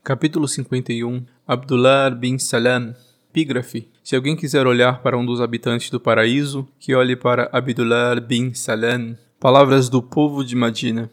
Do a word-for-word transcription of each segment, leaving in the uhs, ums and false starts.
Capítulo cinquenta e um. Abdullah bin Salam. Epígrafe. Se alguém quiser olhar para um dos habitantes do paraíso, que olhe para Abdullah bin Salam. Palavras do povo de Madina.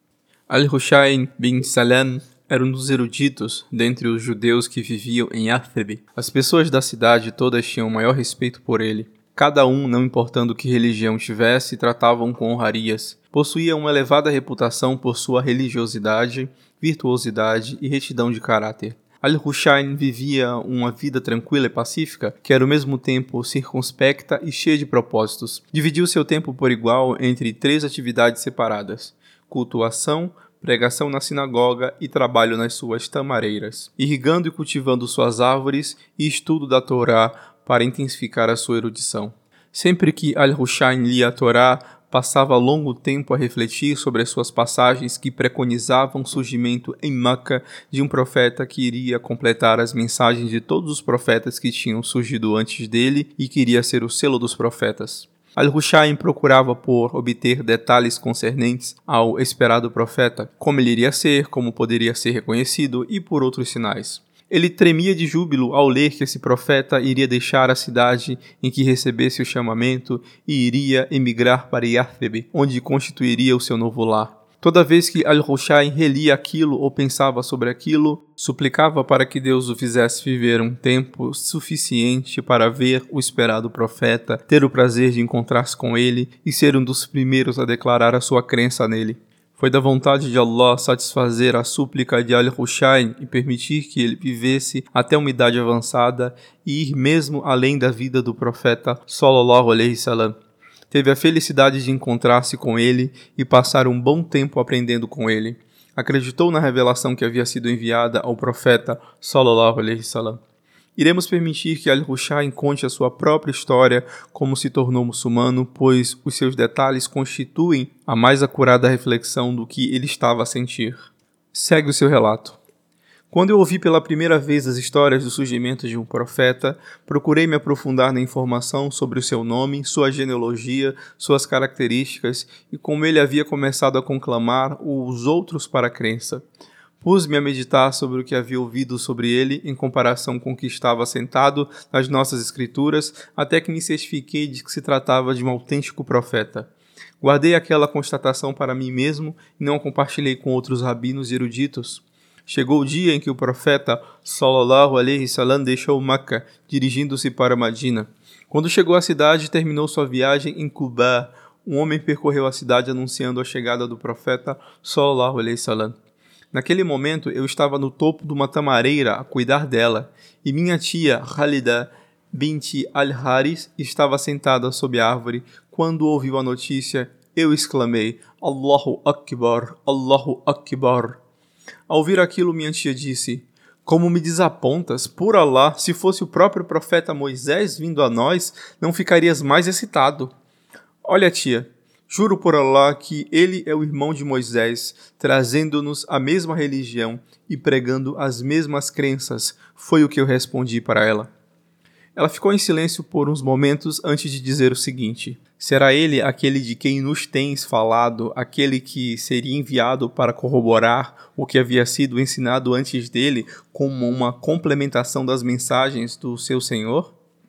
Al-Hushayn bin Salam era um dos eruditos dentre os judeus que viviam em Yathrib. As pessoas da cidade todas tinham maior respeito por ele. Cada um, não importando que religião tivesse, tratavam com honrarias. Possuía uma elevada reputação por sua religiosidade, virtuosidade e retidão de caráter. Al-Hushayn vivia uma vida tranquila e pacífica, que era ao mesmo tempo circunspecta e cheia de propósitos. Dividiu seu tempo por igual entre três atividades separadas: cultuação, pregação na sinagoga e trabalho nas suas tamareiras, irrigando e cultivando suas árvores e estudo da Torá para intensificar a sua erudição. Sempre que Al-Hushayn lia a Torá, passava longo tempo a refletir sobre as suas passagens que preconizavam o surgimento em Meca de um profeta que iria completar as mensagens de todos os profetas que tinham surgido antes dele e que iria ser o selo dos profetas. Al-Hushayn procurava por obter detalhes concernentes ao esperado profeta, como ele iria ser, como poderia ser reconhecido e por outros sinais. Ele tremia de júbilo ao ler que esse profeta iria deixar a cidade em que recebesse o chamamento e iria emigrar para Yathrib, onde constituiria o seu novo lar. Toda vez que Al-Hushayn relia aquilo ou pensava sobre aquilo, suplicava para que Deus o fizesse viver um tempo suficiente para ver o esperado profeta, ter o prazer de encontrar-se com ele e ser um dos primeiros a declarar a sua crença nele. Foi da vontade de Allah satisfazer a súplica de Al-Hushayn e permitir que ele vivesse até uma idade avançada e ir mesmo além da vida do profeta sallallahu alaihi wasallam. Teve a felicidade de encontrar-se com ele e passar um bom tempo aprendendo com ele. Acreditou na revelação que havia sido enviada ao profeta sallallahu alaihi wasallam. Iremos permitir que Al-Hushayn conte a sua própria história como se tornou muçulmano, pois os seus detalhes constituem a mais acurada reflexão do que ele estava a sentir. Segue o seu relato. Quando eu ouvi pela primeira vez as histórias do surgimento de um profeta, procurei me aprofundar na informação sobre o seu nome, sua genealogia, suas características e como ele havia começado a conclamar os outros para a crença. Pus-me a meditar sobre o que havia ouvido sobre ele em comparação com o que estava assentado nas nossas escrituras, até que me certifiquei de que se tratava de um autêntico profeta. Guardei aquela constatação para mim mesmo e não a compartilhei com outros rabinos e eruditos. Chegou o dia em que o profeta sallallahu alaihi wasallam deixou Meca, dirigindo-se para Madina. Quando chegou à cidade, terminou sua viagem em Quba. Um homem percorreu a cidade anunciando a chegada do profeta sallallahu alaihi wasallam. Naquele momento, eu estava no topo de uma tamareira a cuidar dela, e minha tia, Khalida bint al-Haris, estava sentada sob a árvore. Quando ouviu a notícia, eu exclamei: Allahu Akbar, Allahu Akbar. Ao ouvir aquilo, minha tia disse: Como me desapontas, por Allah, se fosse o próprio profeta Moisés vindo a nós, não ficarias mais excitado. Olha, tia, juro por Allah que ele é o irmão de Moisés, trazendo-nos a mesma religião e pregando as mesmas crenças, foi o que eu respondi para ela. Ela ficou em silêncio por uns momentos antes de dizer o seguinte: será ele aquele de quem nos tens falado, aquele que seria enviado para corroborar o que havia sido ensinado antes dele como uma complementação das mensagens do seu Senhor?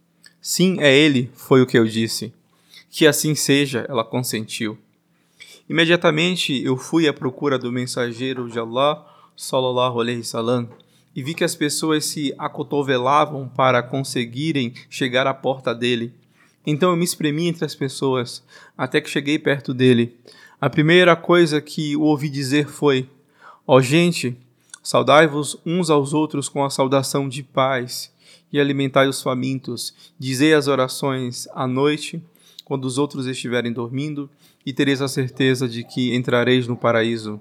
Sim, é ele, foi o que eu disse. Que assim seja, ela consentiu. Imediatamente eu fui à procura do mensageiro de Allah, sallallahu alaihi wasallam, e vi que as pessoas se acotovelavam para conseguirem chegar à porta dele. Então eu me espremi entre as pessoas, até que cheguei perto dele. A primeira coisa que o ouvi dizer foi: ó gente, saudai-vos uns aos outros com a saudação de paz, e alimentai os famintos, dizei as orações à noite, quando os outros estiverem dormindo, e tereis a certeza de que entrareis no paraíso.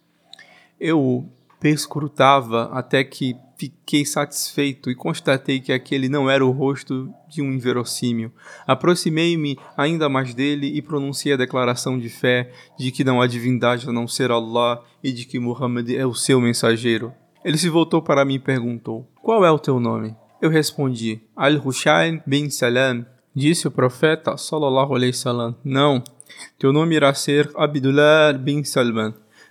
Eu perscrutava até que fiquei satisfeito e constatei que aquele não era o rosto de um inverossímil. Aproximei-me ainda mais dele e pronunciei a declaração de fé de que não há divindade a não ser Allah e de que Muhammad é o seu mensageiro. Ele se voltou para mim e perguntou: qual é o teu nome? Eu respondi: Al-Hushayn bin Salam. Disse o profeta sallallahu alaihi wasallam: não, teu nome irá ser Abdullah bin Salman.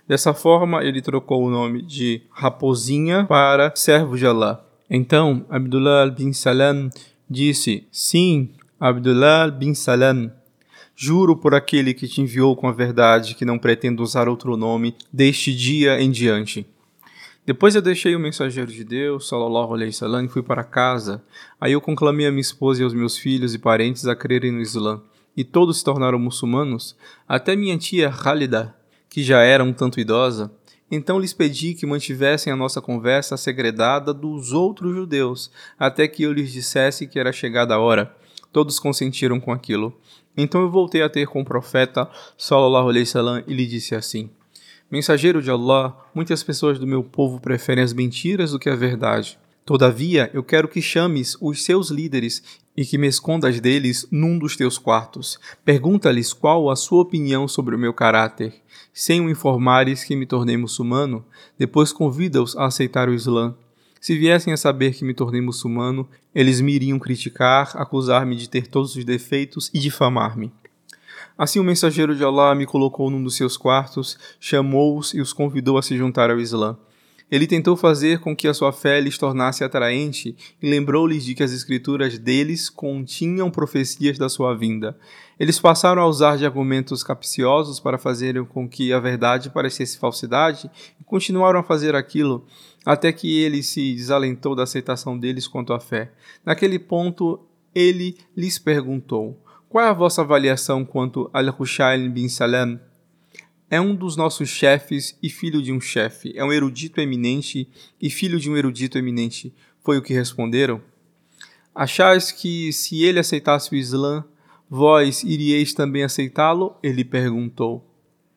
Dessa forma, ele trocou o nome de Raposinha para Servo de Allah. Então, Abdullah bin Salam disse: Sim, Abdullah bin Salam, juro por aquele que te enviou com a verdade que não pretendo usar outro nome deste dia em diante. Depois eu deixei o mensageiro de Deus, sallallahu alaihi wasallam, e fui para casa. Aí eu conclamei a minha esposa e aos meus filhos e parentes a crerem no Islã. E todos se tornaram muçulmanos, até minha tia Khalida, que já era um tanto idosa. Então lhes pedi que mantivessem a nossa conversa segredada dos outros judeus, até que eu lhes dissesse que era chegada a hora. Todos consentiram com aquilo. Então eu voltei a ter com o profeta, sallallahu alaihi wasallam, e lhe disse assim: Mensageiro de Allah, muitas pessoas do meu povo preferem as mentiras do que a verdade. Todavia, eu quero que chames os seus líderes e que me escondas deles num dos teus quartos. Pergunta-lhes qual a sua opinião sobre o meu caráter. Sem o informares que me tornei muçulmano, depois convida-os a aceitar o Islã. Se viessem a saber que me tornei muçulmano, eles me iriam criticar, acusar-me de ter todos os defeitos e difamar-me. Assim o mensageiro de Allah me colocou num dos seus quartos, chamou-os e os convidou a se juntar ao Islã. Ele tentou fazer com que a sua fé lhes tornasse atraente e lembrou-lhes de que as escrituras deles continham profecias da sua vinda. Eles passaram a usar de argumentos capciosos para fazerem com que a verdade parecesse falsidade e continuaram a fazer aquilo até que ele se desalentou da aceitação deles quanto à fé. Naquele ponto, ele lhes perguntou: Qual é a vossa avaliação quanto a Al-Hushayn bin Salam? É um dos nossos chefes e filho de um chefe. É um erudito eminente e filho de um erudito eminente. Foi o que responderam. Achais que, se ele aceitasse o Islã, vós iríeis também aceitá-lo? Ele perguntou.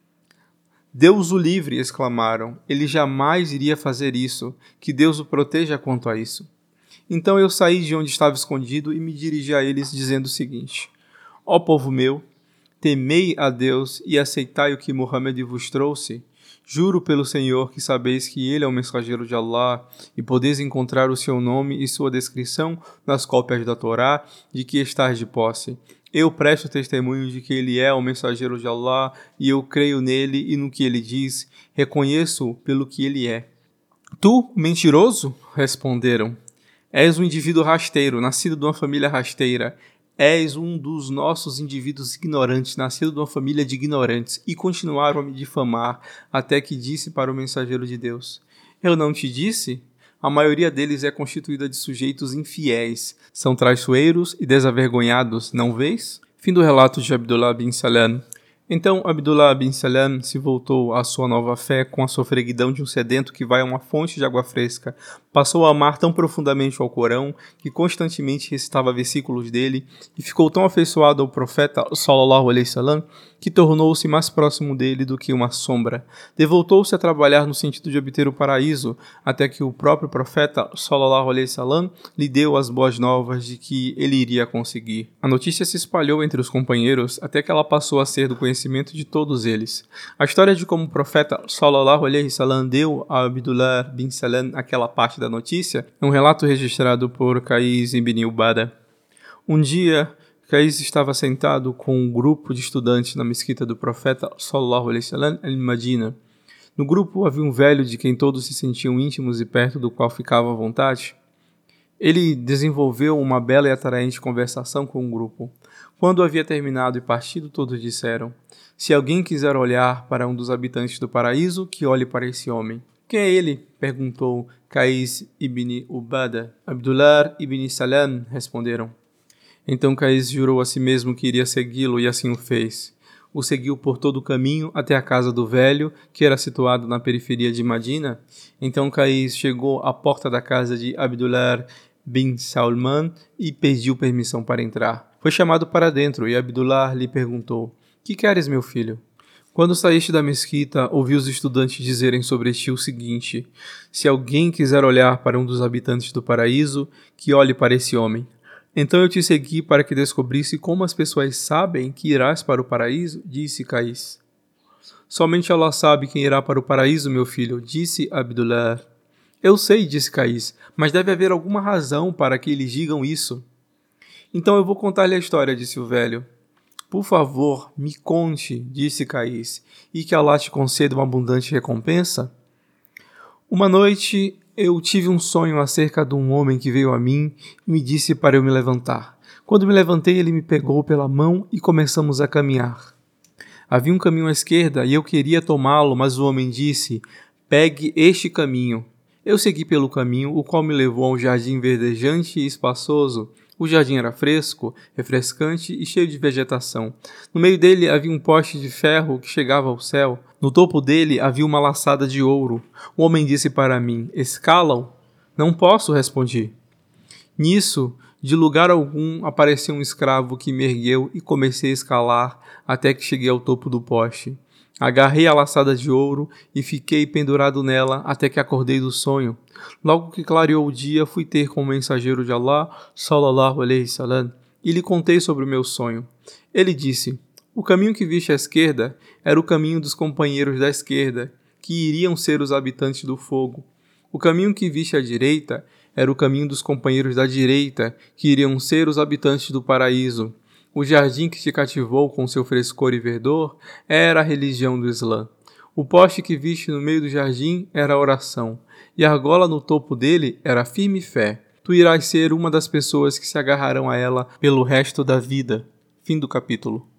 Deus o livre, exclamaram. Ele jamais iria fazer isso. Que Deus o proteja quanto a isso. Então eu saí de onde estava escondido e me dirigi a eles dizendo o seguinte: Ó povo meu, temei a Deus e aceitai o que Muhammad vos trouxe. Juro pelo Senhor que sabeis que ele é o mensageiro de Allah e podeis encontrar o seu nome e sua descrição nas cópias da Torá de que estáis de posse. Eu presto testemunho de que ele é o mensageiro de Allah e eu creio nele e no que ele diz. Reconheço-o pelo que ele é. Tu, mentiroso? Responderam. És um indivíduo rasteiro, nascido de uma família rasteira. És um dos nossos indivíduos ignorantes, nascido de uma família de ignorantes, e continuaram a me difamar, até que disse para o mensageiro de Deus: Eu não te disse? A maioria deles é constituída de sujeitos infiéis, são traiçoeiros e desavergonhados, não vês? Fim do relato de Abdullah bin Salam. Então Abdullah bin Salam se voltou à sua nova fé com a sofreguidão de um sedento que vai a uma fonte de água fresca. Passou a amar tão profundamente ao Corão que constantemente recitava versículos dele e ficou tão afeiçoado ao profeta sallallahu alaihi wasallam que tornou-se mais próximo dele do que uma sombra. Devoltou-se a trabalhar no sentido de obter o paraíso, até que o próprio profeta sallallahu alaihi wasallam lhe deu as boas novas de que ele iria conseguir. A notícia se espalhou entre os companheiros até que ela passou a ser do conhecimento de todos eles. A história de como o profeta sallallahu alaihi wasallam deu a Abdullah bin Salam aquela parte da notícia é um relato registrado por Qais ibn Ubada. Um dia, Qais estava sentado com um grupo de estudantes na mesquita do profeta sallallahu alaihi wasallam em Madina. No grupo havia um velho de quem todos se sentiam íntimos e perto do qual ficavam à vontade. Ele desenvolveu uma bela e atraente conversação com o grupo. Quando havia terminado e partido, todos disseram: Se alguém quiser olhar para um dos habitantes do paraíso, que olhe para esse homem. Quem é ele? Perguntou Qais ibn Ubada. Abdullah ibn Salam, responderam. Então Qais jurou a si mesmo que iria segui-lo e assim o fez. O seguiu por todo o caminho até a casa do velho, que era situado na periferia de Madina. Então Qais chegou à porta da casa de Abdullah bin Salman e pediu permissão para entrar. Foi chamado para dentro e Abdullah lhe perguntou: Que queres, meu filho? Quando saíste da mesquita, ouvi os estudantes dizerem sobre ti o seguinte: Se alguém quiser olhar para um dos habitantes do paraíso, que olhe para esse homem. Então eu te segui para que descobrisse como as pessoas sabem que irás para o paraíso, disse Qais. Somente Allah sabe quem irá para o paraíso, meu filho, disse Abdullah. Eu sei, disse Qais, mas deve haver alguma razão para que eles digam isso. Então eu vou contar-lhe a história, disse o velho. Por favor, me conte, disse Caís, e que Allah te conceda uma abundante recompensa. Uma noite eu tive um sonho acerca de um homem que veio a mim e me disse para eu me levantar. Quando me levantei, ele me pegou pela mão e começamos a caminhar. Havia um caminho à esquerda e eu queria tomá-lo, mas o homem disse: pegue este caminho. Eu segui pelo caminho, o qual me levou a um jardim verdejante e espaçoso. O jardim era fresco, refrescante e cheio de vegetação. No meio dele havia um poste de ferro que chegava ao céu. No topo dele havia uma laçada de ouro. O homem disse para mim: escala-o? Não posso, respondi. Nisso, de lugar algum, apareceu um escravo que me ergueu e comecei a escalar até que cheguei ao topo do poste. Agarrei a laçada de ouro e fiquei pendurado nela até que acordei do sonho. Logo que clareou o dia, fui ter com o mensageiro de Allah, sallallahu alaihi wasallam, e lhe contei sobre o meu sonho. Ele disse: o caminho que viste à esquerda era o caminho dos companheiros da esquerda, que iriam ser os habitantes do fogo. O caminho que viste à direita era o caminho dos companheiros da direita, que iriam ser os habitantes do paraíso. O jardim que te cativou com seu frescor e verdor era a religião do Islã. O poste que viste no meio do jardim era a oração, e a argola no topo dele era a firme fé. Tu irás ser uma das pessoas que se agarrarão a ela pelo resto da vida. Fim do capítulo.